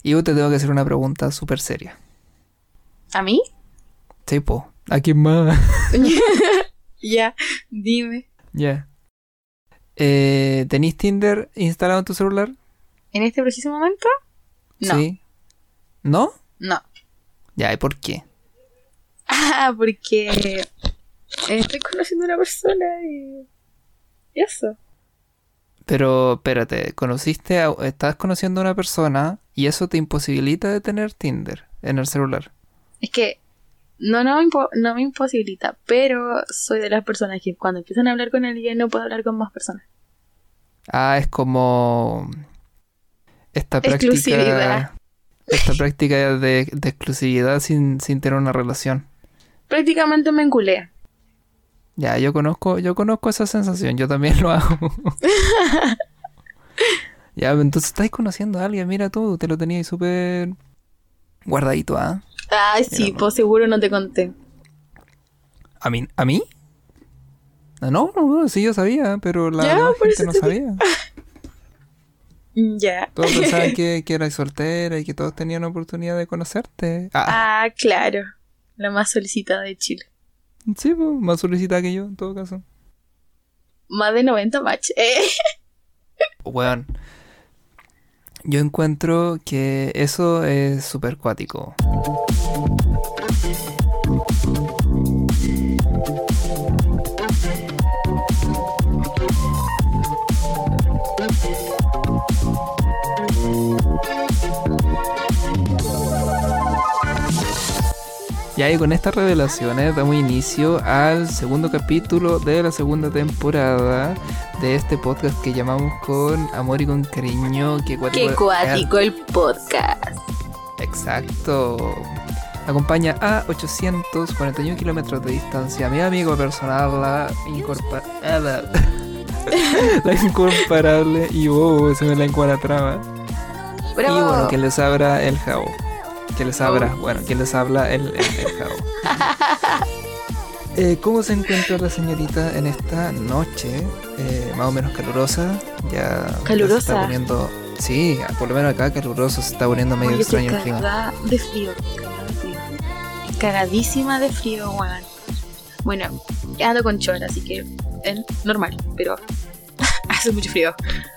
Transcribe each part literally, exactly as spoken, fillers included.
Y yo te tengo que hacer una pregunta súper seria. ¿A mí? Sí, po. ¿A quién más? Ya, dime. Ya. Yeah. Eh, ¿Tenís Tinder instalado en tu celular? ¿En este preciso momento? No. Sí. ¿No? No. Ya, ¿y por qué? Ah, porque estoy conociendo a una persona y... y eso. Pero, espérate, conociste a... estás conociendo a una persona y eso te imposibilita de tener Tinder en el celular. Es que no, no, me impo- no me imposibilita, pero soy de las personas que cuando empiezan a hablar con alguien no puedo hablar con más personas. Ah, es como... esta práctica... Exclusividad. Esta práctica de, de exclusividad sin, sin tener una relación. Prácticamente me enculé. Ya, yo conozco, yo conozco esa sensación, yo también lo hago. Ya, entonces estáis conociendo a alguien, mira tú, te lo tenías súper guardadito, ¿ah? Ay, sí, Mira, pues seguro no te conté. ¿A mí? ¿A mí? No, no, no, sí yo sabía, pero la Ya, demás por gente eso no te sabía. Ya. Todos pensaban que, que eras soltera y que todos tenían oportunidad de conocerte. Ah, Ah, claro. La más solicitada de Chile. sí, pues, más solicitada que yo, en todo caso. Más de noventa match. Eh. Bueno, yo encuentro que eso es súper cuático. Y ahí con estas revelaciones damos inicio al segundo capítulo de la segunda temporada de este podcast que llamamos Con Amor y con Cariño. Qué cuático, Qué cuático el podcast. Exacto. Acompaña a ochocientos cuarenta y uno kilómetros de distancia mi amigo personal, la incorporada. La incomparable y oh, se me la encuadraba. Y bueno, que les abra el jabo. Que les abra, oh. bueno, que les habla el, el, el jabo. eh, ¿Cómo se encuentra la señorita en esta noche? Eh, más o menos calurosa. Ya, ¿Calurosa? Ya se está poniendo, sí, por lo menos acá caluroso, se está poniendo medio Oye, extraño el clima. Cagada de frío, cagada de frío. Cagadísima de frío, Juan. Bueno, ando con chor, así que es normal, pero hace mucho frío.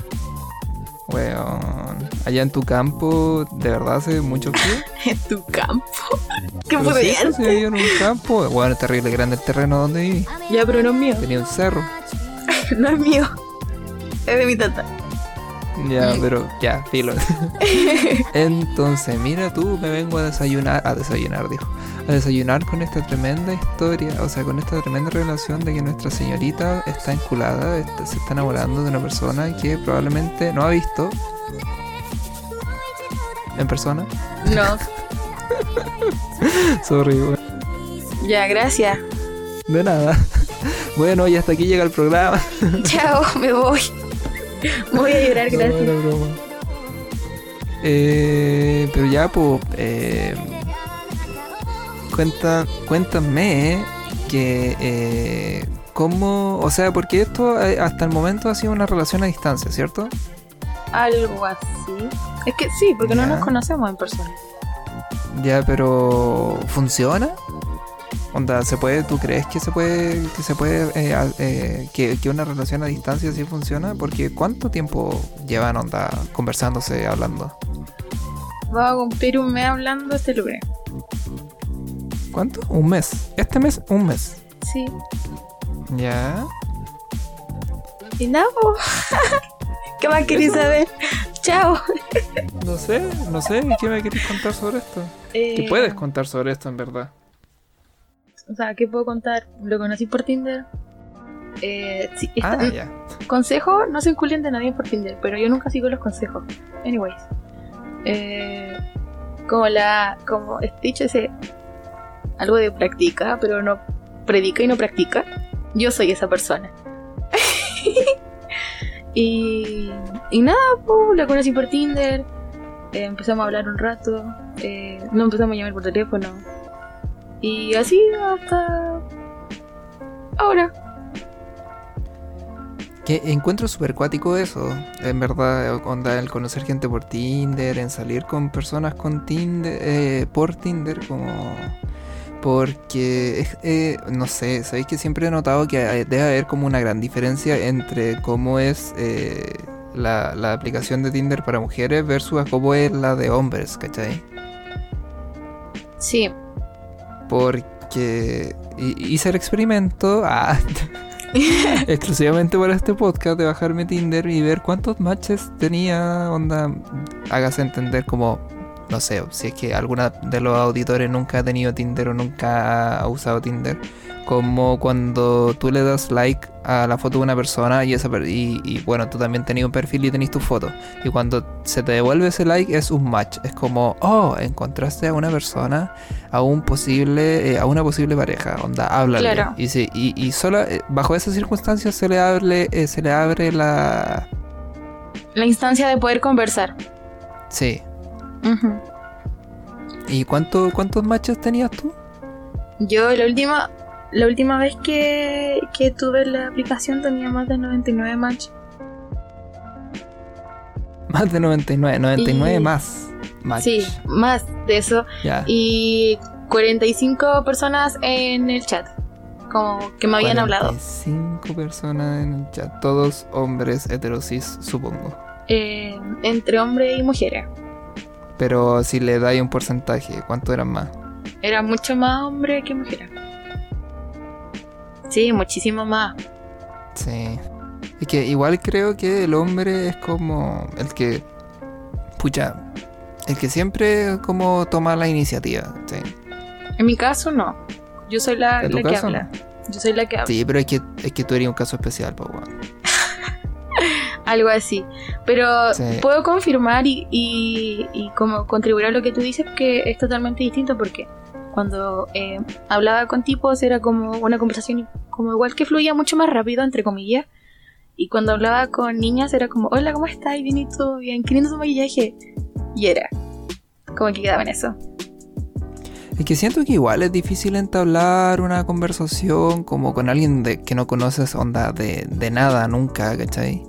Bueno, allá en tu campo, ¿de verdad hace mucho frío? ¿En tu campo? ¿Qué Pero sí, pudiente? sí, yo en un campo. Bueno, es terrible grande el terreno donde viví. Ya, pero no es mío. Tenía un cerro. No es mío. Es de mi tata. Ya, pero ya, filo. Entonces, mira tú, me vengo a desayunar, a desayunar, dijo, a desayunar con esta tremenda historia, o sea, con esta tremenda revelación de que nuestra señorita está enculada, está, se está enamorando de una persona que probablemente no ha visto en persona. No. Sorry, bueno. Ya, gracias. De nada. Bueno, y hasta aquí llega el programa. Chao, me voy. Voy a llorar, gracias. No, era broma. Eh, pero ya, pues, eh, cuenta, cuéntame que, eh, cómo, o sea, porque esto eh, hasta el momento ha sido una relación a distancia, ¿cierto? Algo así. Es que sí, porque ya. no nos conocemos en persona. Ya, pero ¿funciona? Onda, ¿se puede? ¿Tú crees que se puede, que se puede, eh, eh, que, que una relación a distancia sí funciona? Porque ¿cuánto tiempo llevan, onda, conversándose, hablando? Vamos a cumplir un mes hablando este lunes. ¿Cuánto? Un mes. Este mes, un mes. Sí. Ya. Y nada, po. ¿Qué más querés saber? Chao. No sé, no sé, ¿qué me querés contar sobre esto? Eh, ¿Qué puedes contar sobre esto en verdad? O sea, ¿qué puedo contar? Lo conocí por Tinder. Eh, sí, Ah, está, ya. Consejo, no se enculen de nadie por Tinder, pero yo nunca sigo los consejos. Anyways. Eh, como la. Como este dicho ese. Algo de practica, pero no predica y no practica. Yo soy esa persona. y. Y nada, pues, la conocí por Tinder. Eh, empezamos a hablar un rato. Eh, no empezamos a llamar por teléfono. Y así hasta ahora. Que encuentro súper cuático eso, en verdad, onda, el conocer gente por Tinder, en salir con personas con Tinder, eh, por Tinder, como... Porque, eh, no sé, sabéis que siempre he notado que hay- debe haber como una gran diferencia entre cómo es eh, la, la aplicación de Tinder para mujeres versus a cómo es la de hombres, ¿cachai? Sí. Porque hi- hice el experimento ah, exclusivamente para este podcast de bajarme Tinder y ver cuántos matches tenía, onda, hágase entender como, no sé, si es que alguna de los auditores nunca ha tenido Tinder o nunca ha usado Tinder, como cuando tú le das like a la foto de una persona y esa per- y, y bueno, tú también tenías un perfil y tenés tu foto, y cuando se te devuelve ese like es un match, es como, oh, encontraste a una persona, a un posible, eh, a una posible pareja, onda, háblale. Claro. Y sí, y, y solo eh, bajo esas circunstancias se le abre, eh, se le abre la, La instancia de poder conversar. sí. Ujú. ¿Y cuánto, cuántos matches tenías tú? Yo la última la última vez que, que tuve la aplicación tenía más de noventa y nueve match. Más de noventa y nueve, noventa y nueve Y- más match. Sí, más de eso. Ya. Y cuarenta y cinco personas en el chat. Como que me habían hablado. cuarenta y cinco personas en el chat, todos hombres heterosis, supongo. Eh, entre hombres y mujeres. Pero si le dais un porcentaje, ¿cuánto eran más? Era mucho más hombre que mujer. Sí, muchísimo más. Sí. Es que igual creo que el hombre es como el que, pucha, el que siempre como toma la iniciativa, ¿sí? En mi caso, no. Yo soy la, ¿En tu la que caso, habla. Yo soy la que habla. Sí, pero es que, es que tú eres un caso especial, pues, weón. Algo así. Pero Sí. puedo confirmar y, y, y como contribuir a lo que tú dices que es totalmente distinto porque cuando eh, hablaba con tipos era como una conversación como igual que fluía mucho más rápido, entre comillas. Y cuando hablaba con niñas era como, hola, ¿cómo estás? Bien, ¿y tú? Bien, qué lindo tu maquillaje. Y era como que quedaba en eso. Es que siento que igual es difícil entablar una conversación como con alguien de, que no conoces, onda, de, de nada, nunca, ¿cachai?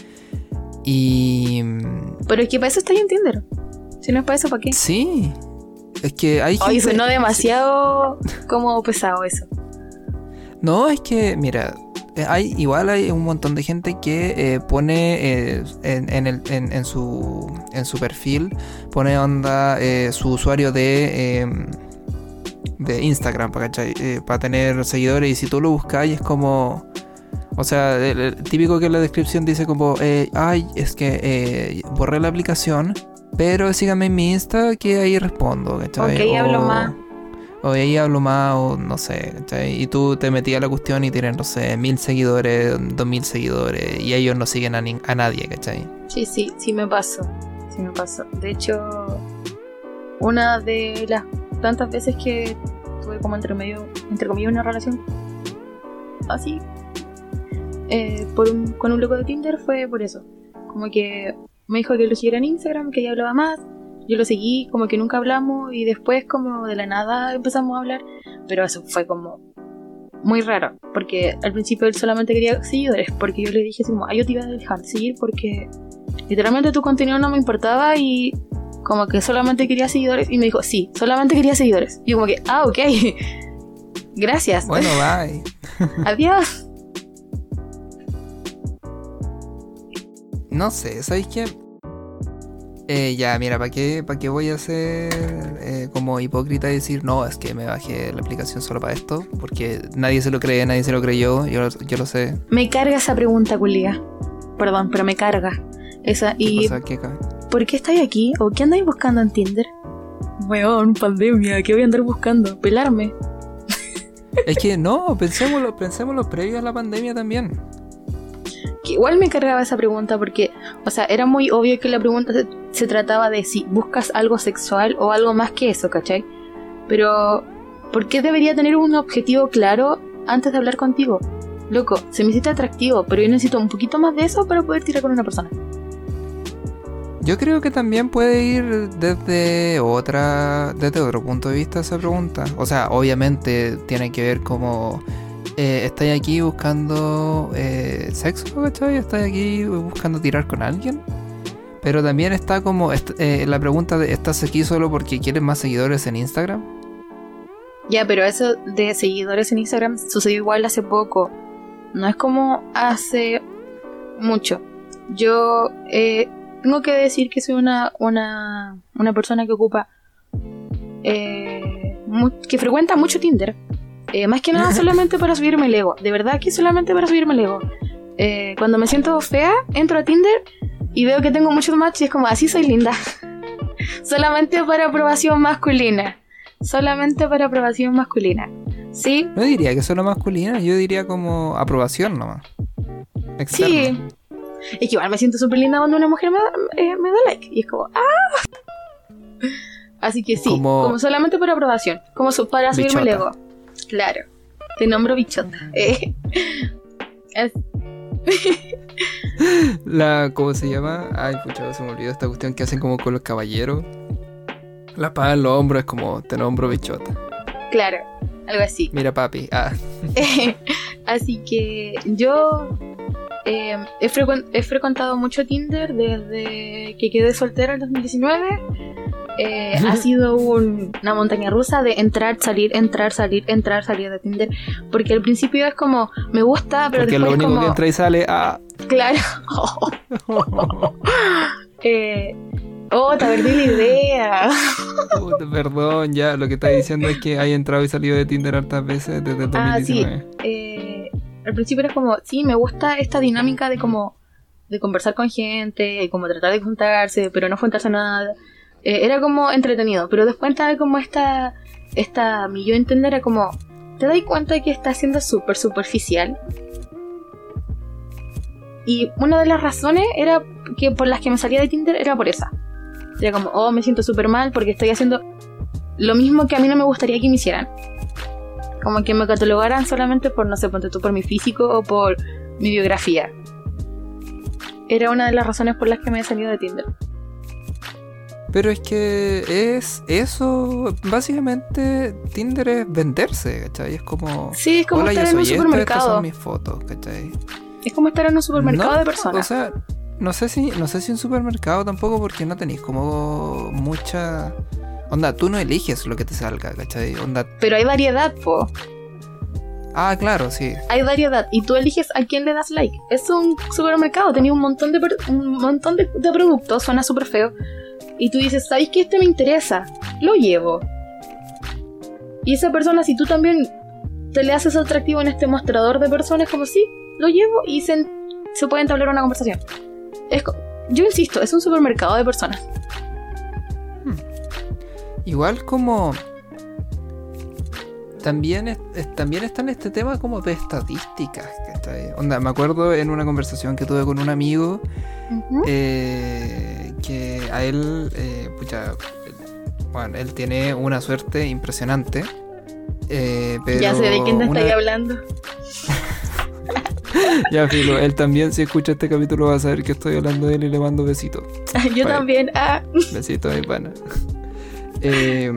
Y... Pero es que para eso está en Tinder. Si no es para eso, ¿para qué? sí, es que hay Ay, gente... sonó demasiado como pesado eso. No, es que, mira, eh, hay igual hay un montón de gente que eh, pone eh, en, en, el, en, en su en su perfil, pone onda eh, su usuario de eh, de Instagram, ¿cachai? Eh, para tener seguidores, y si tú lo buscas es como... O sea, el, el típico que en la descripción dice como, eh, ay, es que eh, borré la aplicación, pero síganme en mi Insta que ahí respondo, ¿cachai? Ok, ahí hablo más. O ahí hablo más, o no sé, ¿cachai? Y tú te metías a la cuestión y tienen, no sé, mil seguidores, dos mil seguidores, y ellos no siguen a, ni- a nadie, ¿cachai? Sí, sí, sí me pasó. Sí me pasó. De hecho, una de las tantas veces que tuve como entre medio, entre comillas, una relación así eh, por un, con un loco de Tinder fue por eso. Como que me dijo que lo siguiera en Instagram, que ella hablaba más. Yo lo seguí, como que nunca hablamos y después como de la nada empezamos a hablar. Pero eso fue como muy raro, porque al principio él solamente quería seguidores, porque yo le dije así como, ah, yo te iba a dejar de seguir porque literalmente tu contenido no me importaba y como que solamente quería seguidores. Y me dijo, sí, solamente quería seguidores. Y yo como que, ah, ok, gracias. Bueno, bye. Adiós. No sé, ¿sabéis qué? Eh, ya, mira, ¿para qué, ¿para qué voy a ser eh, como hipócrita y decir, no, es que me bajé la aplicación solo para esto? Porque nadie se lo cree, nadie se lo creyó, yo, lo- yo lo sé. Me carga esa pregunta, culia. Perdón, pero me carga. Esa, ¿Qué y cosa? ¿Qué ca- ¿por qué estáis aquí? ¿O qué andáis buscando en Tinder? Weón, pandemia, ¿qué voy a andar buscando? ¿Pelarme? Es que no, pensémoslo, pensémoslo previo a la pandemia también. Que igual me cargaba esa pregunta porque, o sea, era muy obvio que la pregunta se, se trataba de si buscas algo sexual o algo más que eso, ¿cachai? Pero, ¿por qué debería tener un objetivo claro antes de hablar contigo? Loco, se me hiciste atractivo, pero yo necesito un poquito más de eso para poder tirar con una persona. Yo creo que también puede ir desde otra, desde otro punto de vista esa pregunta. O sea, obviamente tiene que ver como eh, estáis aquí buscando eh, sexo, ¿cachai? Estáis aquí buscando tirar con alguien. Pero también está como est- eh, la pregunta de, ¿estás aquí solo porque quieres más seguidores en Instagram? Ya, pero eso de seguidores en Instagram sucedió igual hace poco. No es como hace mucho. Yo eh, tengo que decir que soy una, una, una persona que ocupa... Eh, mu- que frecuenta mucho Tinder. Eh, más que nada solamente para subirme el ego. De verdad que solamente para subirme el ego. Eh, cuando me siento fea, entro a Tinder y veo que tengo muchos matches y es como, así soy linda. Solamente para aprobación masculina. Solamente para aprobación masculina. ¿Sí? No diría que solo masculina, yo diría como aprobación nomás. Externa. Sí. Es que igual me siento súper linda cuando una mujer me da, eh, me da like. Y es como, ¡ah! Así que sí, como, Como solamente por aprobación. Como su- para subirme el bichota. ego. Claro. Te nombro bichota. Eh, es- La, ¿cómo se llama? Ay, pucha, se me olvidó esta cuestión que hacen como con los caballeros. La paga en los hombros es como, te nombro bichota. claro, algo así. Mira papi, ah. Así que yo eh, he, frecuen- he frecuentado mucho Tinder desde que quedé soltera en dos mil diecinueve. Eh, ha sido un- una montaña rusa de entrar, salir, entrar, salir, entrar, salir de Tinder. Porque al principio es como, me gusta, pero Porque lo después único como... que entra y sale, ah. Claro. eh, oh, te perdí la idea. Puta, perdón, ya, lo que estás diciendo es que hay entrado y salido de Tinder hartas veces desde el Ah, sí. dos mil diecinueve. Eh, al principio era como, sí, me gusta esta dinámica de como de conversar con gente y como tratar de juntarse, pero no juntarse a nada. Eh, era como entretenido, pero después estaba como esta, esta, mi yo entender era como, ¿te das cuenta de que está siendo súper superficial? Y una de las razones era que por las que me salía de Tinder era por esa. Era como, oh, me siento súper mal porque estoy haciendo lo mismo que a mí no me gustaría que me hicieran. Como que me catalogaran solamente por, no sé, ponte tú, por mi físico o por mi biografía. Era una de las razones por las que me he salido de Tinder. Pero es que es eso, básicamente Tinder es venderse, ¿cachai? Es como, Sí, es como hola, yo estar en soy un esto, estas supermercado. son mis fotos, ¿cachai? Es como estar en un supermercado No, de personas. O sea, no sé si, no sé si un supermercado tampoco, porque no tenéis como mucha onda, tú no eliges lo que te salga, ¿cachai? Onda, Pero hay variedad, po. ah, claro, sí. Hay variedad y tú eliges a quién le das like. Es un supermercado, tenía un montón de per- un montón de, de productos, suena súper feo. Y tú dices, ¿sabéis que este me interesa? Lo llevo. Y esa persona, si tú también te le haces atractivo en este mostrador de personas, como sí, lo llevo y se, se puede entablar una conversación. Es co- yo insisto, es un supermercado de personas. Igual como también es, es- también está en este tema como de estadísticas, ¿cachai? Onda, me acuerdo en una conversación que tuve con un amigo Ujú. eh, que a él, eh, pucha, bueno, él tiene una suerte impresionante. eh, pero Ya sé de quién te una- estoy hablando. Ya, filo, él también, si escucha este capítulo, va a saber que estoy hablando de él y le mando besitos. Yo Vale. también. Ah. Besitos, mi pana. Eh,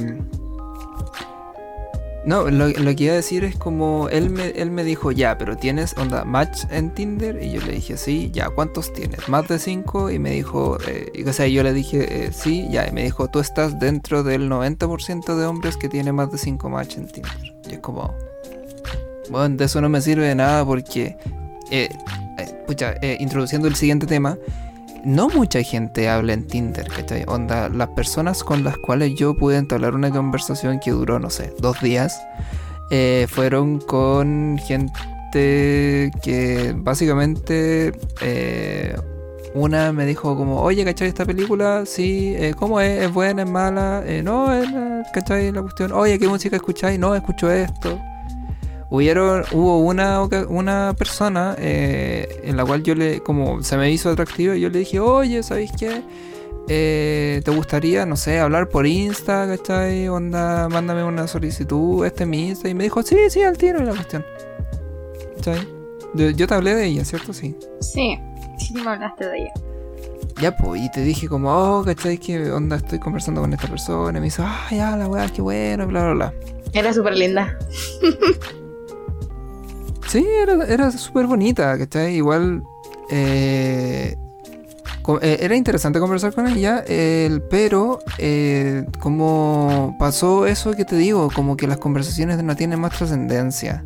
no, lo, lo que iba a decir es como él me, él me dijo, ya, pero tienes onda match en Tinder, y yo le dije, sí, ya, ¿cuántos tienes? Más de cinco, y me dijo, eh, y, o sea, yo le dije, eh, sí, ya, y me dijo, tú estás dentro del noventa por ciento de hombres que tiene más de cinco match en Tinder. Y es como, bueno, de eso no me sirve de nada porque, eh, eh, pucha, eh, introduciendo el siguiente tema, no mucha gente habla en Tinder, ¿cachai? Onda, las personas con las cuales yo pude entablar una conversación que duró, no sé, dos días, eh, fueron con gente que básicamente eh, una me dijo como, oye, ¿cachai esta película? Sí, eh, ¿cómo es? ¿Es buena? ¿Es mala? Eh, no, es, la- ¿cachai la cuestión? Oye, ¿qué música escucháis? No, escucho esto. Hubieron, hubo una, oca- una persona eh, en la cual yo le, como se me hizo atractiva, y yo le dije, oye, ¿sabéis qué? Eh, ¿te gustaría, no sé, hablar por Insta, ¿cachai? Onda, mándame una solicitud, este es mi Insta. Y me dijo, sí, sí, al tiro, y la cuestión. ¿Cachai? Yo, yo te hablé de ella, ¿cierto? Sí. Sí, sí me hablaste de ella. Ya, pues, y te dije como, oh, ¿cachai? Que onda, estoy conversando con esta persona. Y me dice, ah, ya, la weá, qué bueno, bla, bla, bla. Era súper linda. Sí, era, era súper bonita, ¿cachai? Igual eh, co- eh, era interesante conversar con ella, el, pero eh, como pasó eso que te digo, como que las conversaciones no tienen más trascendencia.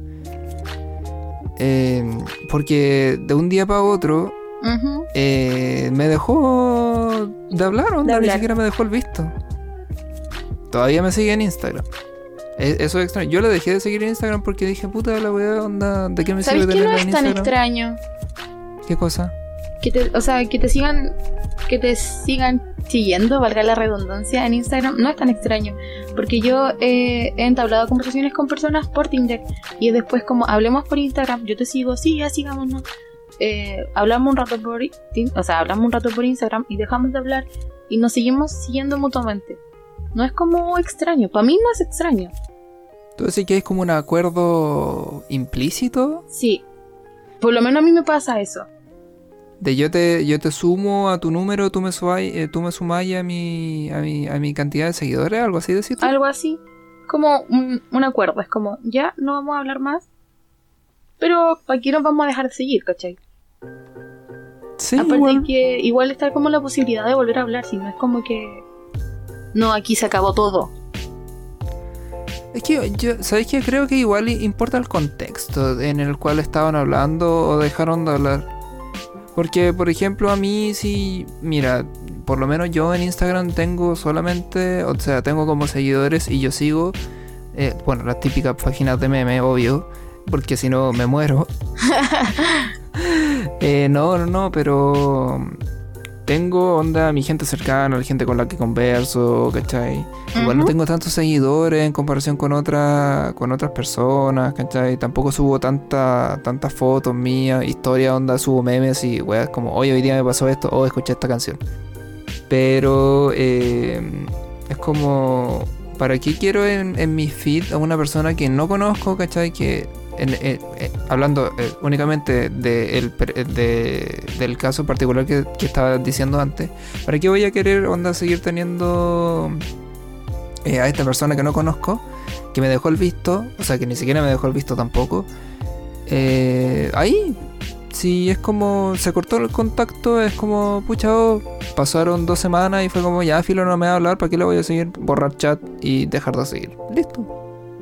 Eh, porque de un día para otro Ujú. eh, me dejó de hablar, onda, ni hablar. siquiera me dejó el visto. Todavía me sigue en Instagram. E- Eso es extraño. Yo le dejé de seguir en Instagram porque dije, puta la weá, onda, ¿de qué me ¿Sabes sirve qué no tenerla es en tan Instagram? extraño? ¿Qué cosa? Que te, o sea, que te sigan, que te sigan siguiendo, valga la redundancia, en Instagram, no es tan extraño. Porque yo eh, he entablado conversaciones con personas por Tinder y después como hablemos por Instagram, yo te sigo, sí, ya sigámonos. Eh, hablamos un rato por Tin- o sea, hablamos un rato por Instagram y dejamos de hablar y nos seguimos siguiendo mutuamente. No es como extraño, para mí no es extraño. ¿Tú decís que es como un acuerdo implícito? Sí, por lo menos a mí me pasa eso. De yo te, yo te sumo a tu número, tú me subáis, eh, tú me sumáis a mi, a mi, a mi cantidad de seguidores, algo así decís tú. Algo así, como un, un acuerdo, es como, ya no vamos a hablar más, pero aquí nos vamos a dejar de seguir, ¿cachai? Sí, Aparte igual. que igual está como la posibilidad de volver a hablar, si no es como que no, aquí se acabó todo. Es que yo, ¿sabéis qué? Creo que igual i- importa el contexto en el cual estaban hablando o dejaron de hablar. Porque, por ejemplo, a mí sí, mira, por lo menos yo en Instagram tengo solamente, o sea, tengo como seguidores y yo sigo, eh, bueno, las típicas páginas de meme, obvio, porque si no me muero. Eh, no, no, no, pero tengo onda mi gente cercana, la gente con la que converso, ¿cachai? Igual no Ujú. tengo tantos seguidores en comparación con otra, con otras personas, ¿cachai? Tampoco subo tanta, tantas fotos mías, historias, onda, subo memes y weas como, oye, hoy día me pasó esto, o escuché esta canción. Pero eh, es como, ¿para qué quiero en, en mi feed a una persona que no conozco, ¿cachai? Que en- en- eh, hablando eh, únicamente de el per- eh, de- del caso particular que, que estaba diciendo antes, ¿para qué voy a querer onda seguir teniendo eh, a esta persona que no conozco, que me dejó el visto, o sea que ni siquiera me dejó el visto tampoco? Eh, ahí, si es como se cortó el contacto, es como, pucha, oh, pasaron dos semanas y fue como, ya, filo, no me va a hablar, ¿para qué le voy a seguir? Borrar chat y dejar de seguir. Listo.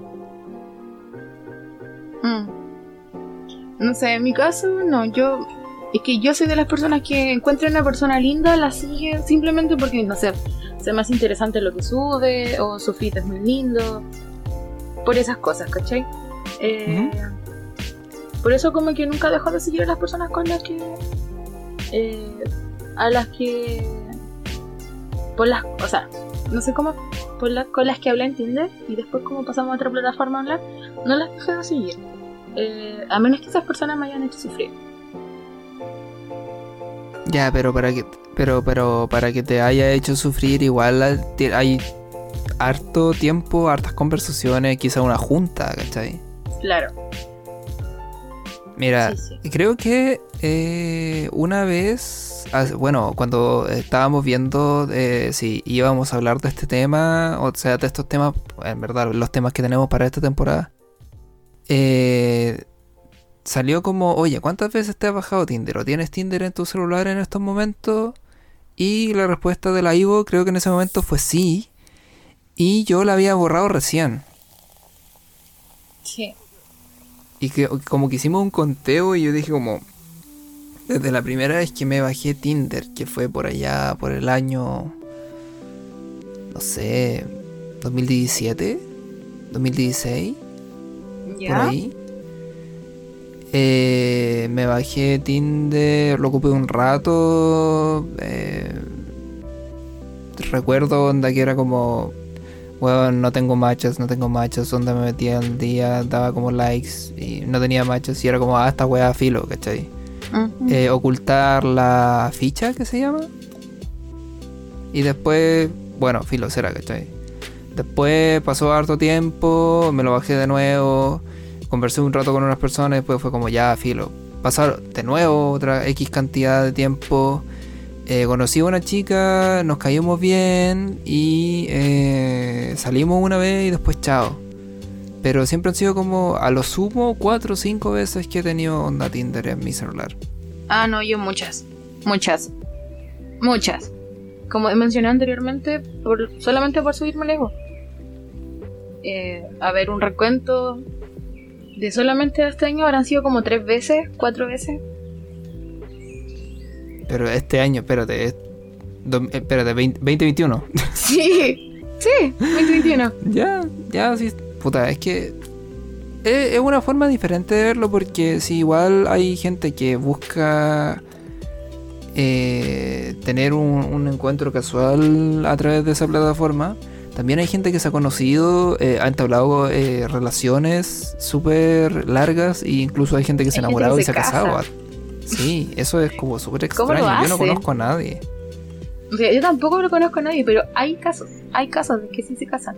Mm. No sé, en mi caso, no, yo... Es que yo soy de las personas que encuentran a una persona linda, la siguen simplemente porque, no sé, se me hace interesante lo que sube, o su feed es muy lindo, por esas cosas, ¿cachai? Eh, Por eso como que nunca dejo de seguir a las personas con las que... eh, a las que... Por las... O sea, no sé cómo... Por las con las que hablé en Tinder y después como pasamos a otra plataforma a hablar, no las dejé de seguir. Eh, a menos que esas personas me hayan hecho sufrir. Ya, pero para que pero pero para que te haya hecho sufrir igual hay hay harto tiempo, hartas conversaciones, quizá una junta, ¿cachai? Claro. Mira, Sí, sí. creo que eh, una vez, hace- bueno, cuando estábamos viendo eh, si íbamos a hablar de este tema, o sea, de estos temas, en verdad, los temas que tenemos para esta temporada, eh, salió como, oye, ¿cuántas veces te has bajado Tinder? ¿O tienes Tinder en tu celular en estos momentos? Y la respuesta de la Ivo creo que en ese momento fue sí, y yo la había borrado recién. Sí. Y que como que hicimos un conteo y yo dije como, desde la primera vez que me bajé Tinder, que fue por allá, por el año, no sé, dos mil diecisiete, dos mil dieciséis, por ¿Ya? ahí. Eh, me bajé Tinder, lo ocupé un rato. Eh, recuerdo onda que era como, bueno, no tengo matches, no tengo matches, onda me metía al día, daba como likes y no tenía matches y era como, ah, esta wea filo, ¿cachai? Ujú. Eh, ocultar la ficha que se llama. Y después, bueno, filo será, ¿cachai? Después pasó harto tiempo, me lo bajé de nuevo, conversé un rato con unas personas, después fue como ya, filo. Pasaron de nuevo otra X cantidad de tiempo. Eh, conocí a una chica, nos caímos bien y eh, salimos una vez y después chao. pero siempre han sido como a lo sumo cuatro o cinco veces que he tenido onda Tinder en mi celular. Ah, no, yo muchas. Muchas. Muchas. Como mencioné anteriormente, por, solamente por subirme el ego. Eh, a ver, un recuento de solamente este año habrán sido como tres veces, cuatro veces. Pero este año, espérate, es, do, espérate, veinte veintiuno. Sí, sí, veinte veintiuno. Ya, ya, sí. Puta, es que es, es una forma diferente de verlo porque si igual hay gente que busca eh, tener un, un encuentro casual a través de esa plataforma, también hay gente que se ha conocido, eh, ha entablado eh, relaciones súper largas e incluso hay gente que se ha enamorado y se ha casado. Sí, eso es como súper extraño. Yo no conozco a nadie. O sea, yo tampoco lo conozco a nadie, pero hay casos, hay casos de que sí se casan.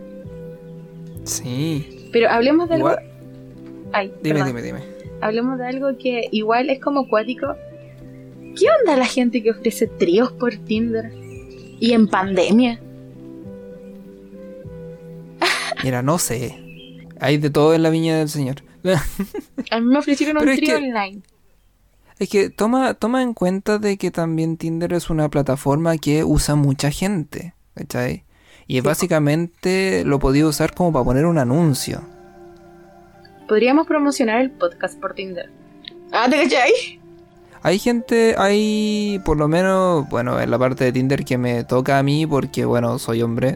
Sí. Pero hablemos de igual... algo... Ay, dime, perdón. dime, dime. Hablemos de algo que igual es como acuático. ¿Qué onda la gente que ofrece tríos por Tinder? Y en pandemia. Mira, no sé. Hay de todo en la viña del señor. A mí me ofrecieron un trío que... online. Es que toma, toma en cuenta de que también Tinder es una plataforma que usa mucha gente, ¿cachai? Y sí, básicamente lo podía usar como para poner un anuncio. Podríamos promocionar el podcast por Tinder. Ah, ¿te cachai? Hay gente, hay por lo menos, bueno, en la parte de Tinder que me toca a mí porque, bueno, soy hombre.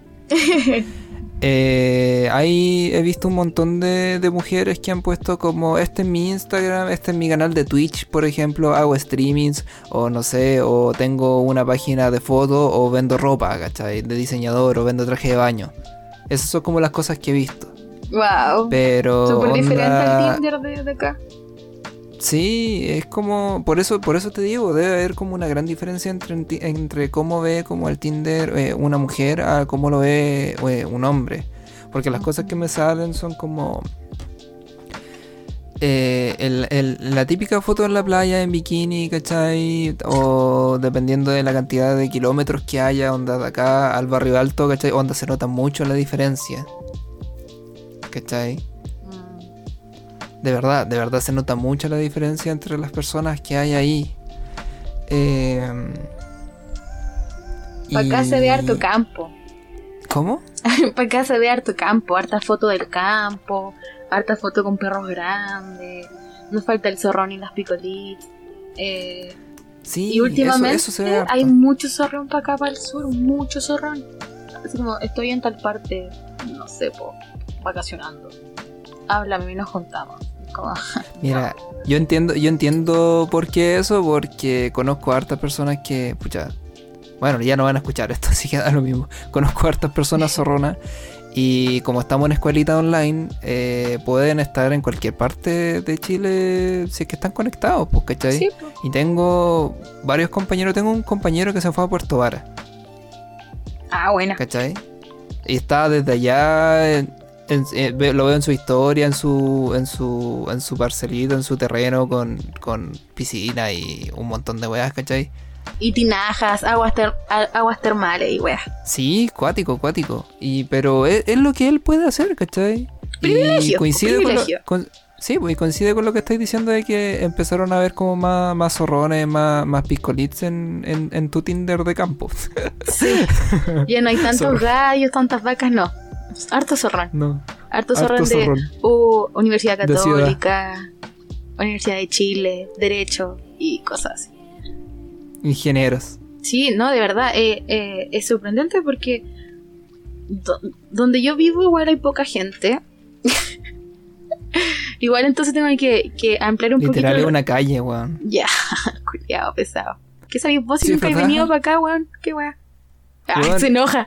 Eh, ahí he visto un montón de, de mujeres que han puesto como este es mi Instagram, este es mi canal de Twitch, por ejemplo, hago streamings o no sé, o tengo una página de fotos o vendo ropa, ¿cachai? De diseñador o vendo traje de baño. Esas son como las cosas que he visto. Wow. Pero súper onda... diferente al Tinder de, de acá. Sí, es como, por eso, por eso te digo, debe haber como una gran diferencia entre, entre cómo ve como el Tinder eh, una mujer a cómo lo ve eh, un hombre. Porque las cosas que me salen son como eh, el, el, la típica foto en la playa en bikini, ¿cachai? O dependiendo de la cantidad de kilómetros que haya, onda de acá al barrio alto, ¿cachai? Onda se nota mucho la diferencia, ¿cachai? De verdad, de verdad se nota mucho la diferencia entre las personas que hay ahí. Eh, Para acá y... se ve harto campo. ¿Cómo? Para acá se ve harto campo, harta foto del campo, harta foto con perros grandes. No falta el zorrón y las picolitas. Eh, sí, y últimamente eso, eso se ve harto. Hay mucho zorrón para acá, para el sur, mucho zorrón. Así como estoy en tal parte, no sé, po, vacacionando. Háblame y nos juntamos. Como... Mira, yo entiendo, yo entiendo por qué eso, porque conozco a hartas personas que, pucha, bueno, ya no van a escuchar esto, así que da lo mismo. Conozco a hartas personas zorronas y como estamos en escuelita online, eh, pueden estar en cualquier parte de Chile si es que están conectados, pues, ¿cachai? Sí, pues. Y tengo varios compañeros, tengo un compañero que se fue a Puerto Vara. Ah, bueno. ¿Cachai? Y está desde allá... En, En, en, lo veo en su historia, en su en su en su parcelito, en su terreno con, con piscina y un montón de weas, ¿cachai? Y tinajas, aguas, ter, aguas termales y weas. Sí, cuático, cuático. Y, pero es, es lo que él puede hacer, ¿cachai? Privilegio, y coincide privilegio. Con lo, con, sí, pues coincide con lo que estáis diciendo de que empezaron a ver como más, más zorrones, más, más piscolits en, en, en tu Tinder de campo. Sí, ya no hay tantos gallos, tantas vacas, no. Harto zorrón. No. Harto zorrón Harto de zorrón. uh, Universidad De Católica, Universidad de Chile, Derecho y cosas así. Ingenieros. Sí, no, de verdad, eh, eh, es sorprendente porque do- donde yo vivo igual hay poca gente. Igual entonces tengo que, que ampliar un Literal poquito. es una calle, weón. Ya, cuidado, pesado. ¿Qué sabéis vos si Sí, nunca he ¿verdad? venido para acá, weón? ¿Qué weón? Ah, Weón. se enoja.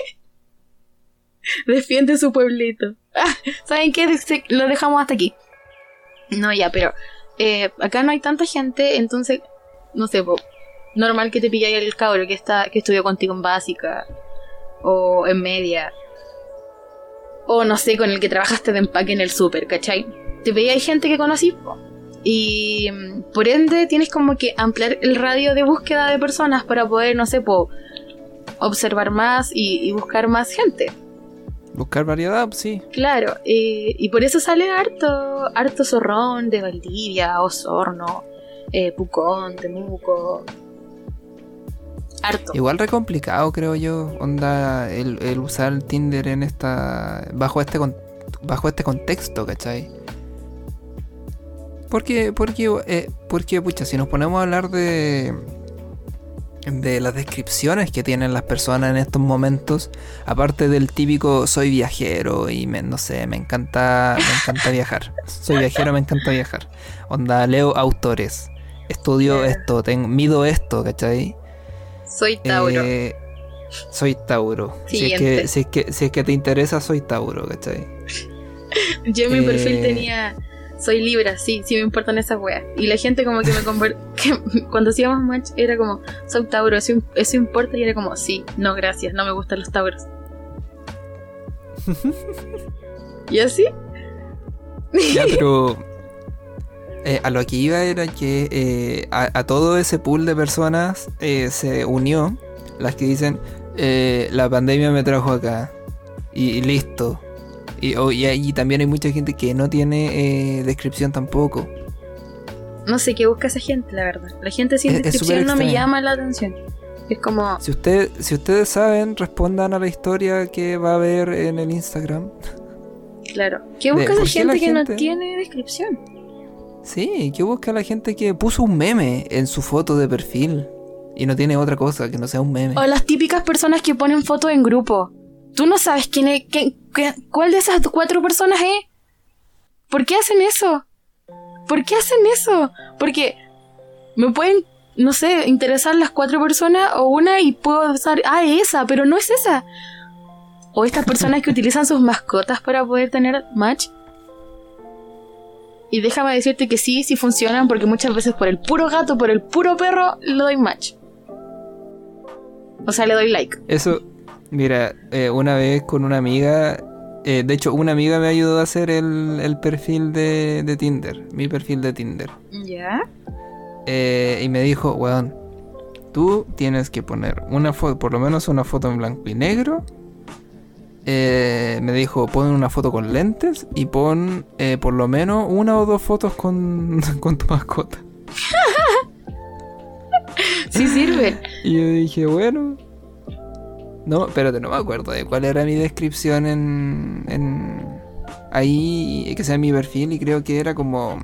Defiende su pueblito. Ah, ¿saben qué? Se- Lo dejamos hasta aquí. No, ya, pero eh, acá no hay tanta gente, entonces, no sé, po, normal que te pilláis el cabro que está que estudió contigo en básica o en media o no sé, con el que trabajaste de empaque en el súper, ¿cachai? Te pilláis gente que conocís, po. Y mm, por ende tienes como que ampliar el radio de búsqueda de personas para poder, no sé, po, observar más y, y buscar más gente. Buscar variedad, sí. Claro, eh, y por eso sale harto, harto zorrón de Valdivia, Osorno, eh, Pucón, Temuco. Harto. Igual re complicado, creo yo, onda, el, el usar el Tinder en esta. bajo este con, bajo este contexto, ¿cachai? Porque, porque, eh, porque, pucha, si nos ponemos a hablar de. de las descripciones que tienen las personas en estos momentos, aparte del típico soy viajero y me, no sé, me encanta, me encanta viajar. Soy viajero, me encanta viajar. Onda, leo autores, estudio Yeah. esto, tengo, mido esto, ¿cachai? Soy Tauro. Eh, soy Tauro. Si es, Siguiente. que, si, es que, si es que te interesa, soy Tauro, ¿cachai? Yo en mi eh, perfil tenía soy Libra, sí, sí me importan esas weas. Y la gente como que me conver... que cuando hacíamos match era como, soy Tauro, eso, eso importa, y era como, sí, no gracias, no me gustan los Tauros. ¿Y así? Ya, pero eh, a lo que iba era que eh, a, a todo ese pool de personas eh, se unió las que dicen eh, la pandemia me trajo acá y, y listo. Y, oh, y, y también hay mucha gente que no tiene eh, descripción tampoco. No sé qué busca esa gente, la verdad. La gente sin Es- es descripción súper no me extraño. llama la atención. Es como, Si, usted, si ustedes saben, respondan a la historia que va a haber en el Instagram. claro, ¿qué busca ¿por esa qué la gente que gente- no tiene descripción? Sí, que busca la gente que puso un meme en su foto de perfil y no tiene otra cosa que no sea un meme. O las típicas personas que ponen fotos en grupo. Tú no sabes quién es, quién- qué- cuál de esas cuatro personas es. ¿Por qué hacen eso? ¿Por qué hacen eso? Porque me pueden, no sé, interesar las cuatro personas o una y puedo pensar, ah, esa, pero no es esa. O estas personas que utilizan sus mascotas para poder tener match. Y déjame decirte que sí, sí funcionan, porque muchas veces por el puro gato, por el puro perro, le doy match. O sea, le doy like. Eso, mira, eh, una vez con una amiga, eh, de hecho una amiga me ayudó a hacer el, el perfil de, de Tinder, mi perfil de Tinder. ¿Ya? Eh, y me dijo, weón, tú tienes que poner una foto, por lo menos una foto en blanco y negro. Eh, me dijo, pon una foto con lentes y pon eh, por lo menos una o dos fotos con, con tu mascota. Sí sirve. Y yo dije, bueno. No, espérate, no me acuerdo de cuál era mi descripción en, en ahí, que sea en mi perfil, y creo que era como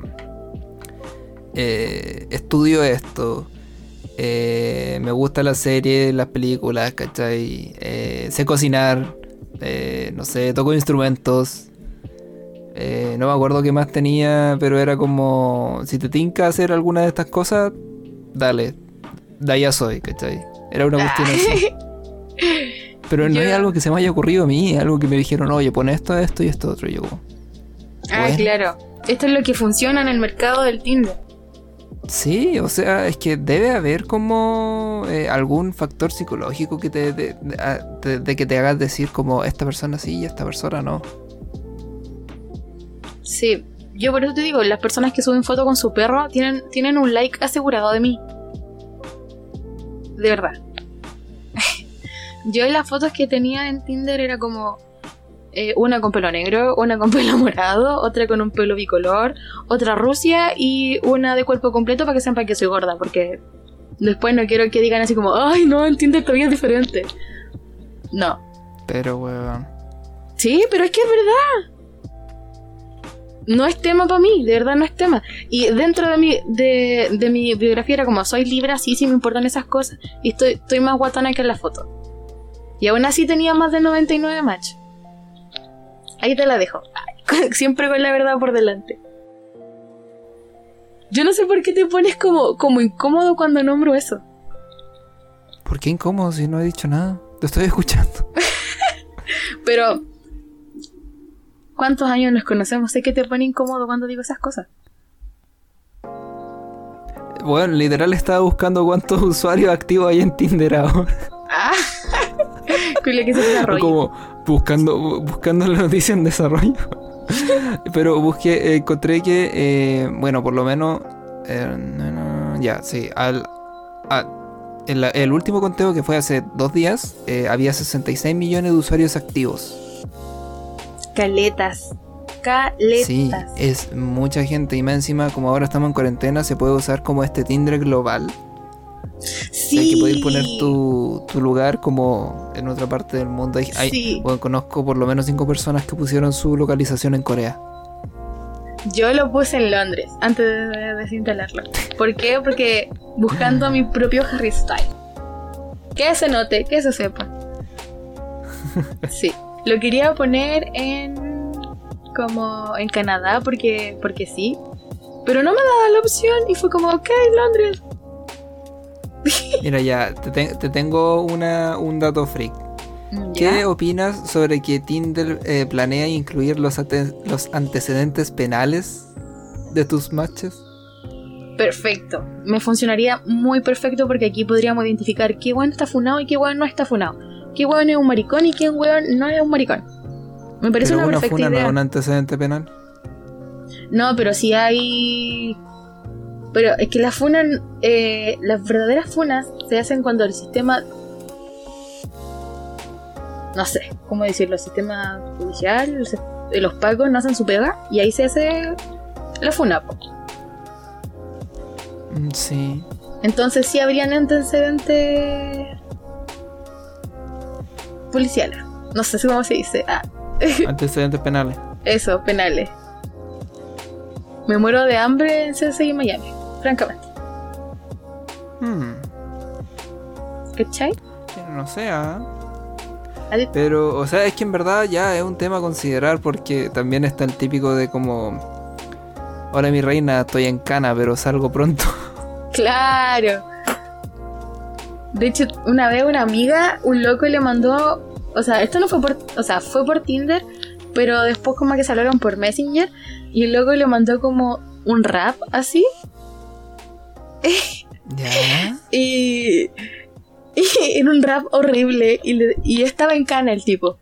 eh, estudio esto, eh, me gusta la serie, las películas, ¿cachai? Eh, sé cocinar, eh, no sé, toco instrumentos. Eh, no me acuerdo qué más tenía, pero era como, si te tinca hacer alguna de estas cosas, dale, de allá soy, ¿cachai? Era una cuestión así. Pero no Yo- es algo que se me haya ocurrido a mí, es algo que me dijeron, oye, pon esto, esto y esto otro. Y yo como, Ah, bueno. claro. Esto es lo que funciona en el mercado del Tinder. sí, o sea, es que debe haber como eh, algún factor psicológico que te de, de- a- de- de que te hagas decir como esta persona sí y esta persona no. Sí. Yo por eso te digo, las personas que suben foto con su perro tienen, tienen un like asegurado de mí. De verdad. Yo en las fotos que tenía en Tinder era como eh, una con pelo negro, una con pelo morado, otra con un pelo bicolor, otra Rusia y una de cuerpo completo para que sepan que soy gorda, porque después no quiero que digan así como, ay no, en Tinder todavía es diferente. No. Pero, weón. Sí, pero es que es verdad. No es tema para mí, de verdad no es tema. Y dentro de mi, de, de mi biografía era como, soy Libra, sí, sí me importan esas cosas. Y estoy, estoy más guatona que en la foto. Y aún así tenía más de noventa y nueve match. Ahí te la dejo. Siempre con la verdad por delante. Yo no sé por qué te pones como, como incómodo cuando nombro eso. ¿Por qué incómodo si no he dicho nada? Te estoy escuchando. Pero ¿cuántos años nos conocemos? Sé que te pone incómodo cuando digo esas cosas. Bueno, literal estaba buscando cuántos usuarios activos hay en Tinder ahora. Ah, con la que se O desarrolla. como buscando, bu- buscando la noticia en desarrollo. Pero busqué, eh, encontré que, eh, bueno, por lo menos, eh, no, no, ya, sí, al, a- en la- el último conteo que fue hace dos días, eh, había sesenta y seis millones de usuarios activos. Caletas. Caletas. Sí, es mucha gente. Y más encima, como ahora estamos en cuarentena, se puede usar como este Tinder global. Sí. O sea, que podéis poner tu, tu lugar como en otra parte del mundo. Hay, hay- Sí. bueno, conozco por lo menos cinco personas que pusieron su localización en Corea. Yo lo puse en Londres antes de desinstalarlo. ¿Por qué? Porque buscando mi propio Harry Styles. Que se note, que se sepa. Sí. Lo quería poner en como en Canadá porque porque sí, pero no me daba la opción y fue como, ok, Londres. Mira, ya, te, te- te tengo una, un dato freak. ¿Qué ¿Ya? opinas sobre que Tinder eh, planea incluir los, ate- los antecedentes penales de tus matches? Perfecto. Me funcionaría muy perfecto porque aquí podríamos identificar qué weón está funado y qué weón no está funado. Qué weón es un maricón y qué weón no es un maricón. Me parece Pero una una perfecta funa no idea. es un antecedente penal. No, pero si hay... Pero es que las funas, eh, las verdaderas funas se hacen cuando el sistema... No sé, ¿cómo decirlo? El sistema judicial, el se- eh, los pagos no hacen su pega y ahí se hace la funa, po. Mm, Sí. Entonces sí habrían antecedentes policiales. No sé cómo se dice. Ah, Antecedentes penales. eso, penales. Me muero de hambre en C S I en Miami, francamente. Hmm, ¿Cachai? No sé, ¿ah? Adi- Pero, o sea, es que en verdad ya es un tema a considerar porque también está el típico de como... Hola mi reina, estoy en cana, pero salgo pronto. Claro. De hecho, una vez una amiga, un loco le mandó... O sea, esto no fue por... O sea, fue por Tinder, pero después como que se hablaron por Messenger y el loco le mandó como un rap así. ¿Ya? Y... y era un rap horrible y, le- y estaba en cana el tipo.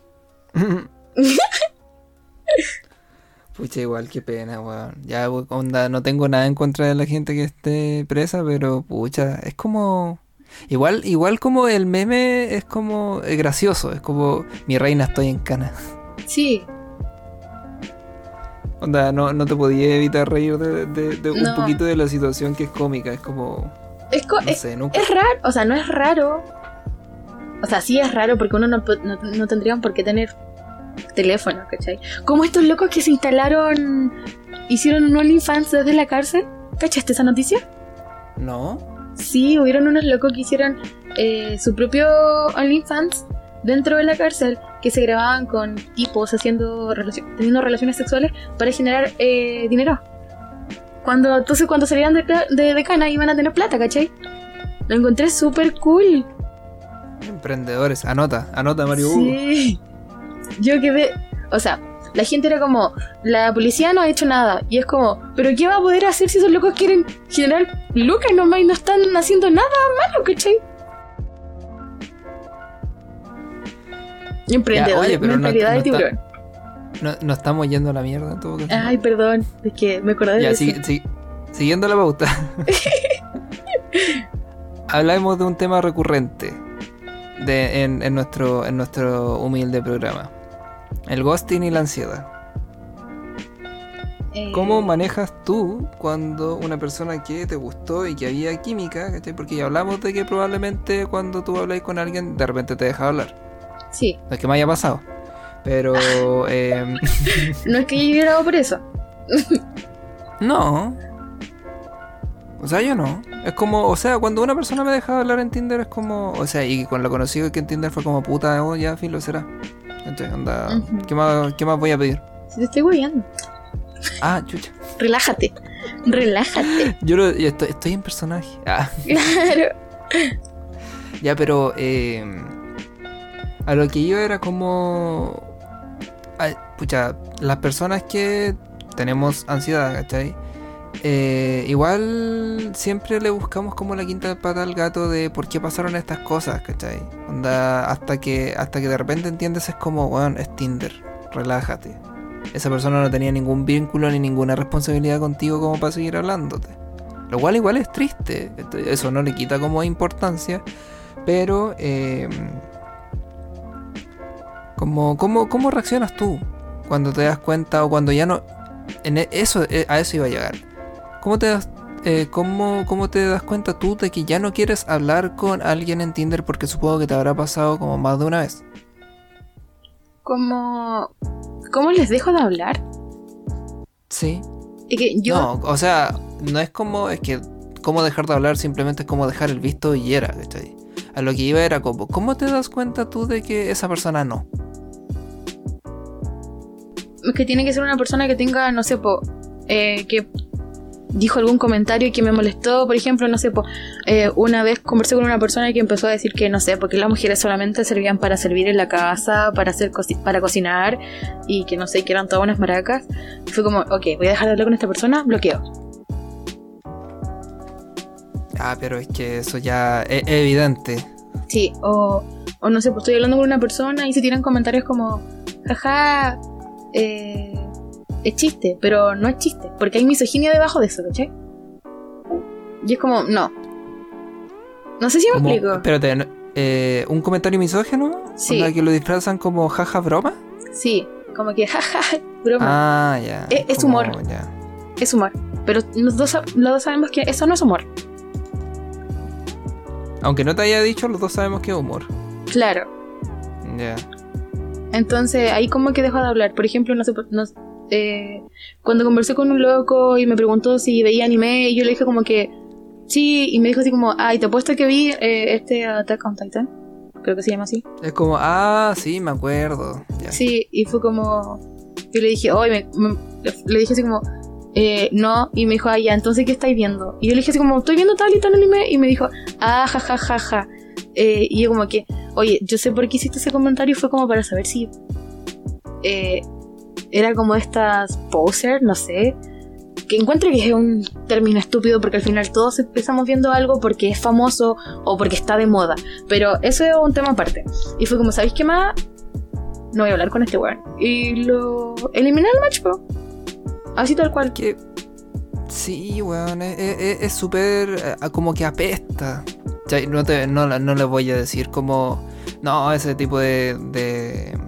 Pucha, igual, qué pena, weón. Ya, we- onda, no tengo nada en contra de la gente que esté presa, pero pucha, es como... Igual, igual como el meme es como eh, gracioso, es como mi reina estoy en cana. Sí. Onda, no, no te podía evitar reír de, de- de un No. poquito de la situación que es cómica, es como... Es, co- No es, sé, nunca... es raro, o sea, no es raro. O sea, sí es raro porque uno no, po- no, no tendría por qué tener teléfono, ¿cachai? Como estos locos que se instalaron, hicieron un OnlyFans desde la cárcel. ¿Cachaste esa noticia? ¿No? Sí, hubieron unos locos que hicieron eh, su propio OnlyFans dentro de la cárcel, que se grababan con tipos haciendo relacio- teniendo relaciones sexuales para generar eh, dinero. Cuando, entonces cuando salían de, ca- de, de cana iban a tener plata, ¿cachai? Lo encontré súper cool. Emprendedores, anota, anota Mario Hugo. Sí. Yo quedé... O sea, la gente era como, la policía no ha hecho nada. Y es como, ¿pero qué va a poder hacer si esos locos quieren generar lucas nomás y no están haciendo nada malo, ¿cachai? Emprendedor, oye, pero no- mentalidad no de está- tiburón. No, no estamos yendo a la mierda en todo caso. Ay, perdón, es que me acordé Ya, de si- eso. si- siguiendo la pauta. Hablamos de un tema recurrente de, en, en nuestro, en nuestro humilde programa. El ghosting y la ansiedad. Eh, ¿Cómo manejas tú cuando una persona que te gustó y que había química, ¿cachai? Porque ya hablamos de que probablemente cuando tú habláis con alguien de repente te deja hablar. Sí, No es que me haya pasado. Pero... em, no es que yo hubiera dado por eso. no. O sea, yo no. Es como, o sea, cuando una persona me deja hablar en Tinder es como... O sea, y con lo conocido que en Tinder fue como puta, oh, ya, filo, será. Entonces, onda... Ujú. ¿qué más, ¿Qué más voy a pedir? Si te estoy guiando. Ah, chucha. Relájate. Relájate. Yo lo- yo estoy, estoy en personaje. Ah. Claro. Ya, pero eh, a lo que yo era como... Ay, pucha, las personas que tenemos ansiedad, ¿cachai? Eh, igual siempre le buscamos como la quinta pata al gato de por qué pasaron estas cosas, ¿cachai? Onda, hasta que, hasta que de repente entiendes es como, bueno, es Tinder, relájate. Esa persona no tenía ningún vínculo ni ninguna responsabilidad contigo como para seguir hablándote. Lo cual igual es triste, eso no le quita como importancia. Pero, eh, como, ¿cómo, ¿cómo reaccionas tú cuando te das cuenta o cuando ya no... En eso, a eso iba a llegar. ¿Cómo te das, eh, cómo, cómo te das cuenta tú de que ya no quieres hablar con alguien en Tinder? Porque supongo que te habrá pasado como más de una vez. ¿Cómo, cómo les dejo de hablar? Sí. Es que yo... No, o sea, no es como... Es que cómo dejar de hablar simplemente es como dejar el visto y era, ¿cachai? A lo que iba era como... ¿Cómo te das cuenta tú de que esa persona no? Es que tiene que ser una persona que tenga, no sé, po, eh, que dijo algún comentario que me molestó, por ejemplo, no sé, po, eh, una vez conversé con una persona que empezó a decir que, no sé, porque las mujeres solamente servían para servir en la casa, para hacer co- para cocinar, y que, no sé, que eran todas unas maracas. Y fue como, ok, voy a dejar de hablar con esta persona, bloqueo. Ah, pero es que eso ya es evidente. Sí, o, o no sé, pues estoy hablando con una persona y se tiran comentarios como, jaja, eh, es chiste, pero no es chiste, porque hay misoginia debajo de eso, ¿cachai? Y es como, no. No sé si me Como, explico. espérate, ¿no? eh, ¿un comentario misógino? Sí. ¿Onda que lo disfrazan como jaja broma? Sí, como que, jaja, broma. Ah, ya. Es, es como, humor. Ya. Es humor. Pero los dos, los dos sabemos que eso no es humor. Aunque no te haya dicho, los dos sabemos que es humor. Claro. Ya. Entonces ahí como que dejo de hablar. Por ejemplo, no sé, no, eh, cuando conversé con un loco y me preguntó si veía anime, y yo le dije como que sí, y me dijo así como, ay, te apuesto que vi eh, este Attack on Titan, creo que se llama así. Es como, ah, sí, me acuerdo. Ya. Sí, y fue como, yo le dije, oye, me, me, le dije así como, eh, no, y me dijo, ah, ya, entonces ¿qué estáis viendo? Y yo le dije así como, estoy viendo tal y tal anime, y me dijo, ah, ja, ja, ja, ja. Eh, y yo como que, oye, yo sé por qué hiciste ese comentario, fue como para saber si eh, era como estas poser, no sé, que encuentro que es un término estúpido porque al final todos empezamos viendo algo porque es famoso o porque está de moda, pero eso es un tema aparte. Y fue como, ¿sabéis qué más? No voy a hablar con este weón. Y lo eliminé el match, bro. Así tal cual. Que sí, weón, es súper eh, como que apesta. Ya, no, te, no, no les voy a decir como, no, ese tipo de, de...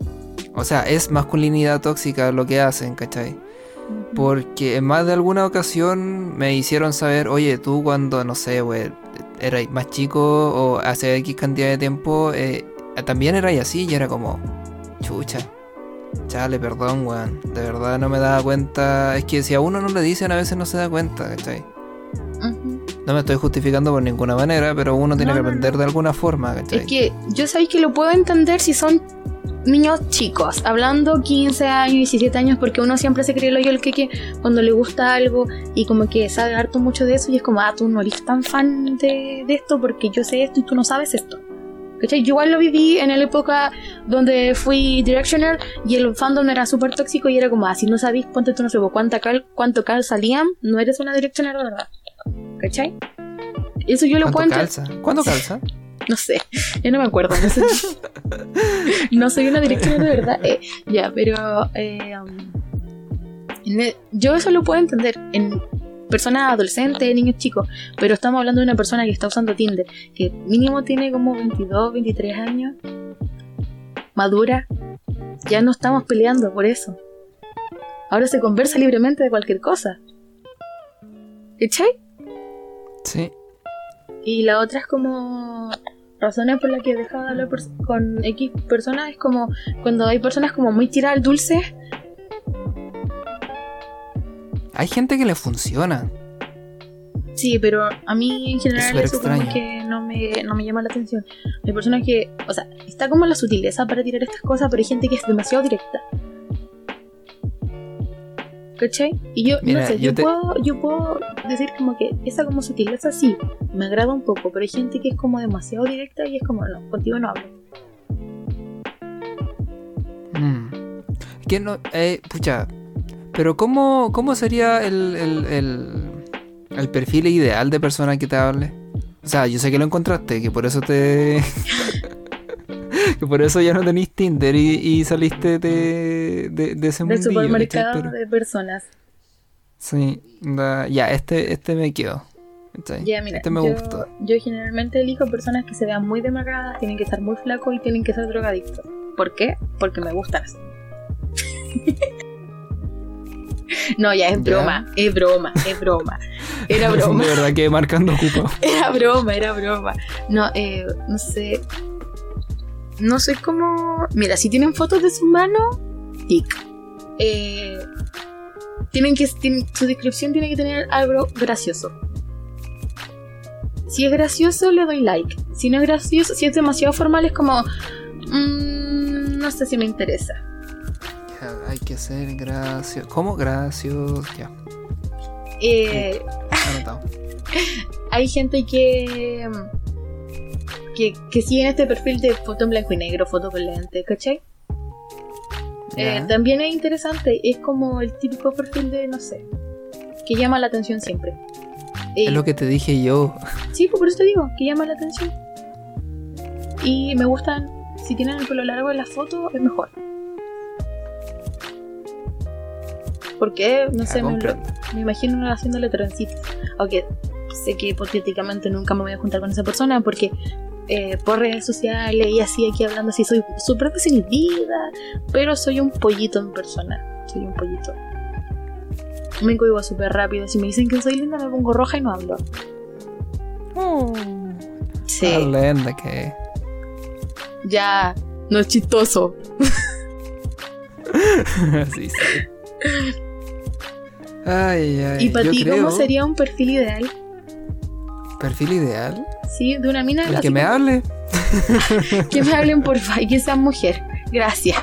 O sea, es masculinidad tóxica lo que hacen, ¿cachai? Porque en más de alguna ocasión me hicieron saber, oye, tú cuando, no sé, wey, eras más chico o hace X cantidad de tiempo, eh, también eras así y era como, chucha, chale, perdón, weón, de verdad no me daba cuenta. Es que si a uno no le dicen a veces no se da cuenta, ¿cachai? Uh-huh. No me estoy justificando por ninguna manera, pero uno tiene no, que aprender no, no. de alguna forma, ¿cachai? Es que yo sabéis que lo puedo entender si son niños chicos, hablando quince años, diecisiete años, porque uno siempre se cree lo yo el que cuando le gusta algo y como que sabe harto mucho de eso y es como, ah, tú no eres tan fan de, de esto porque yo sé esto y tú no sabes esto, ¿cachai? Yo igual lo viví en la época donde fui Directioner y el fandom era súper tóxico y era como, ah, si no sabís cuánto tú no sé cuánto cal, cuánto cal salían, no eres una Directioner de verdad, ¿cachai? Eso yo lo ¿Cuánto cuento. calza? ¿Cuánto calza? No sé, yo no me acuerdo. No, sé. No soy una directora de verdad. Eh, ya, pero eh, um, el, yo eso lo puedo entender en personas adolescentes, niños chicos, pero estamos hablando de una persona que está usando Tinder, que mínimo tiene como veintidós, veintitrés años, madura. Ya no estamos peleando por eso. Ahora se conversa libremente de cualquier cosa. ¿Echai? Sí. Y la otra es como razones por las que he dejado de hablar con X personas. Es como cuando hay personas como muy tiradas al dulce. Hay gente que le funciona. Sí, pero a mí en general es eso como que no me, no me llama la atención. Hay personas que, o sea, está como la sutileza para tirar estas cosas, pero hay gente que es demasiado directa, ¿cachai? Y yo, Mira, no sé, yo, yo, te... puedo, yo puedo decir como que esa como sutileza sí, me agrada un poco, pero hay gente que es como demasiado directa y es como, no, contigo no hablo. Mm. Que no, eh, pucha, pero ¿cómo, cómo sería el, el, el, el perfil ideal de persona que te hable? O sea, yo sé que lo encontraste, que por eso te... que por eso ya no tenés Tinder y, y saliste de, de, de ese mundillo. Del supermercado pero... de personas. Sí, da, ya, este, este me quedó. Ya, mira, este me yo, gustó. Yo generalmente elijo personas que se vean muy demacradas, tienen que estar muy flacos y tienen que ser drogadictos. ¿Por qué? Porque me gustan así. No, ya es ¿Ya? broma, es broma, es broma. Era broma. De verdad que marcando ocupado. Era broma, era broma. No, eh, no sé. No soy como... Mira, si tienen fotos de su mano, tic. Eh, tienen que... Tienen, su descripción tiene que tener algo gracioso. Si es gracioso, le doy like. Si no es gracioso, si es demasiado formal, es como... Mmm, no sé si me interesa. Ya, hay que ser gracioso. ¿Cómo gracioso? Ya, Eh, anotado. hay gente que... Que, que sigue este perfil de foto en blanco y negro, foto con lente, ¿cachai? Eh, Ya. también es interesante, es como el típico perfil de, no sé, que llama la atención siempre. Eh, Es lo que te dije yo. Sí, pues por eso te digo, que llama la atención. Y me gustan, si tienen el pelo largo en la foto, es mejor. Porque, no Ya, sé, me, lo- comprendo. me imagino haciéndole trencitas. Aunque sé que hipotéticamente nunca me voy a juntar con esa persona porque eh, por redes sociales y así aquí hablando así soy súper desinhibida, pero soy un pollito en persona. Soy un pollito. Me encohibo súper rápido. Si me dicen que soy linda me pongo roja y no hablo. Oh, Sí, tan lenta que. ya, no es chistoso. Sí, sí. Ay, ay. ¿Y para yo ti creo, cómo sería un perfil ideal? perfil ideal. Sí, de una mina El así que me como- hable. que me hablen porfa y que sean mujer. Gracias.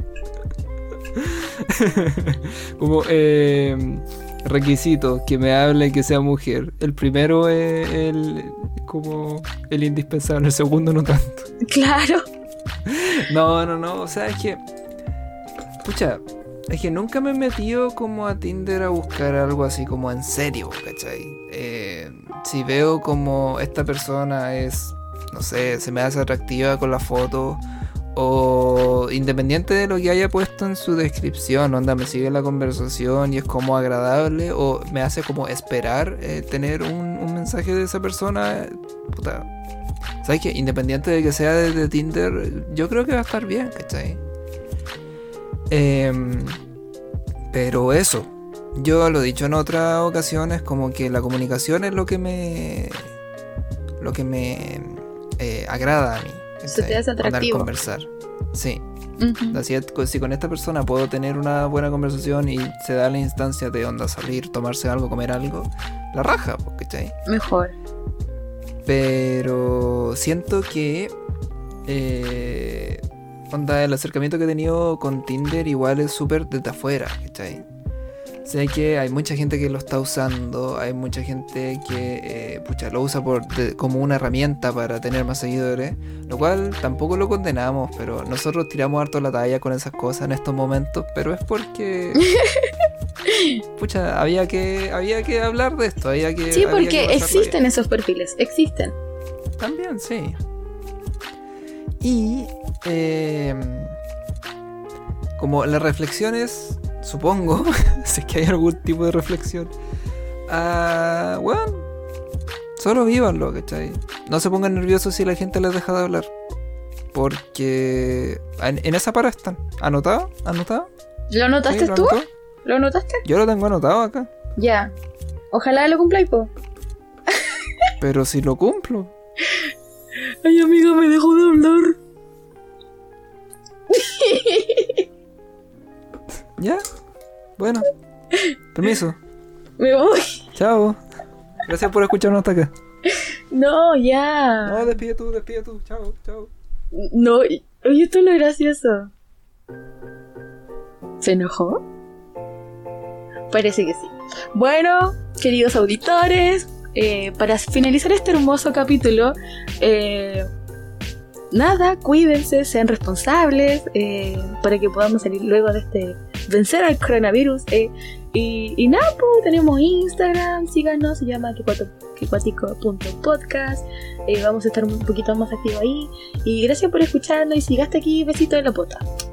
Como eh, requisito, que me hable, que sea mujer. El primero es el como el indispensable, el segundo no tanto. Claro. No, no, no, o sea, es que pucha, es que nunca me he metido como a Tinder a buscar algo así como en serio, ¿cachai? Eh, si veo como esta persona es, no sé, se me hace atractiva con la foto, o independiente de lo que haya puesto en su descripción, onda, me sigue la conversación y es como agradable, o me hace como esperar eh, tener un, un mensaje de esa persona, puta. ¿Sabes qué? Independiente de que sea desde Tinder, yo creo que va a estar bien, ¿cachai? Eh, pero eso, yo lo he dicho en otras ocasiones, como que la comunicación es lo que me... Lo que me eh, agrada a mí. Se te ¿cachai? hace Andar atractivo. conversar. Sí. Ujú. Así es, si con esta persona puedo tener una buena conversación y se da la instancia de onda salir, tomarse algo, comer algo, la raja, ¿cachai? Mejor. Pero siento que eh, onda, el acercamiento que he tenido con Tinder igual es súper desde afuera, ¿cachai? Sé que hay mucha gente que lo está usando, hay mucha gente que eh, pucha, lo usa por, de- como una herramienta para tener más seguidores, lo cual tampoco lo condenamos, pero nosotros tiramos harto la talla con esas cosas en estos momentos, pero es porque pucha, había que había que hablar de esto, había que Sí, había porque que pasarlo existen bien. esos perfiles, existen. También, sí. Y eh, como las reflexiones, supongo, si es que hay algún tipo de reflexión, ah, bueno, solo vívanlo, ¿cachai? No se pongan nerviosos si la gente les deja de hablar. Porque en, en esa para están. ¿Anotado? ¿Anotado? ¿Lo notaste Sí, ¿lo tú? anotó? ¿Lo notaste? Yo lo tengo anotado acá. Ya. Ojalá lo cumpláis, po. Pero si lo cumplo. Ay, amiga, me dejó de hablar. ¿Ya? Bueno. Permiso. Me voy. Chao. Gracias por escucharnos hasta acá. No, ya. No, despide tú, despide tú. Chao, chao. No, y- oye, esto es lo gracioso. ¿Se enojó? Parece que sí. Bueno, queridos auditores, eh, para finalizar este hermoso capítulo, eh, nada, cuídense, sean responsables, eh, para que podamos salir luego de este, vencer al coronavirus. eh, y, y nada, pues tenemos Instagram, síganos, se llama quecuatico punto podcast. Eh, vamos a estar un poquito más activos ahí. Y gracias por escucharnos y si llegaste aquí, besito en la pota.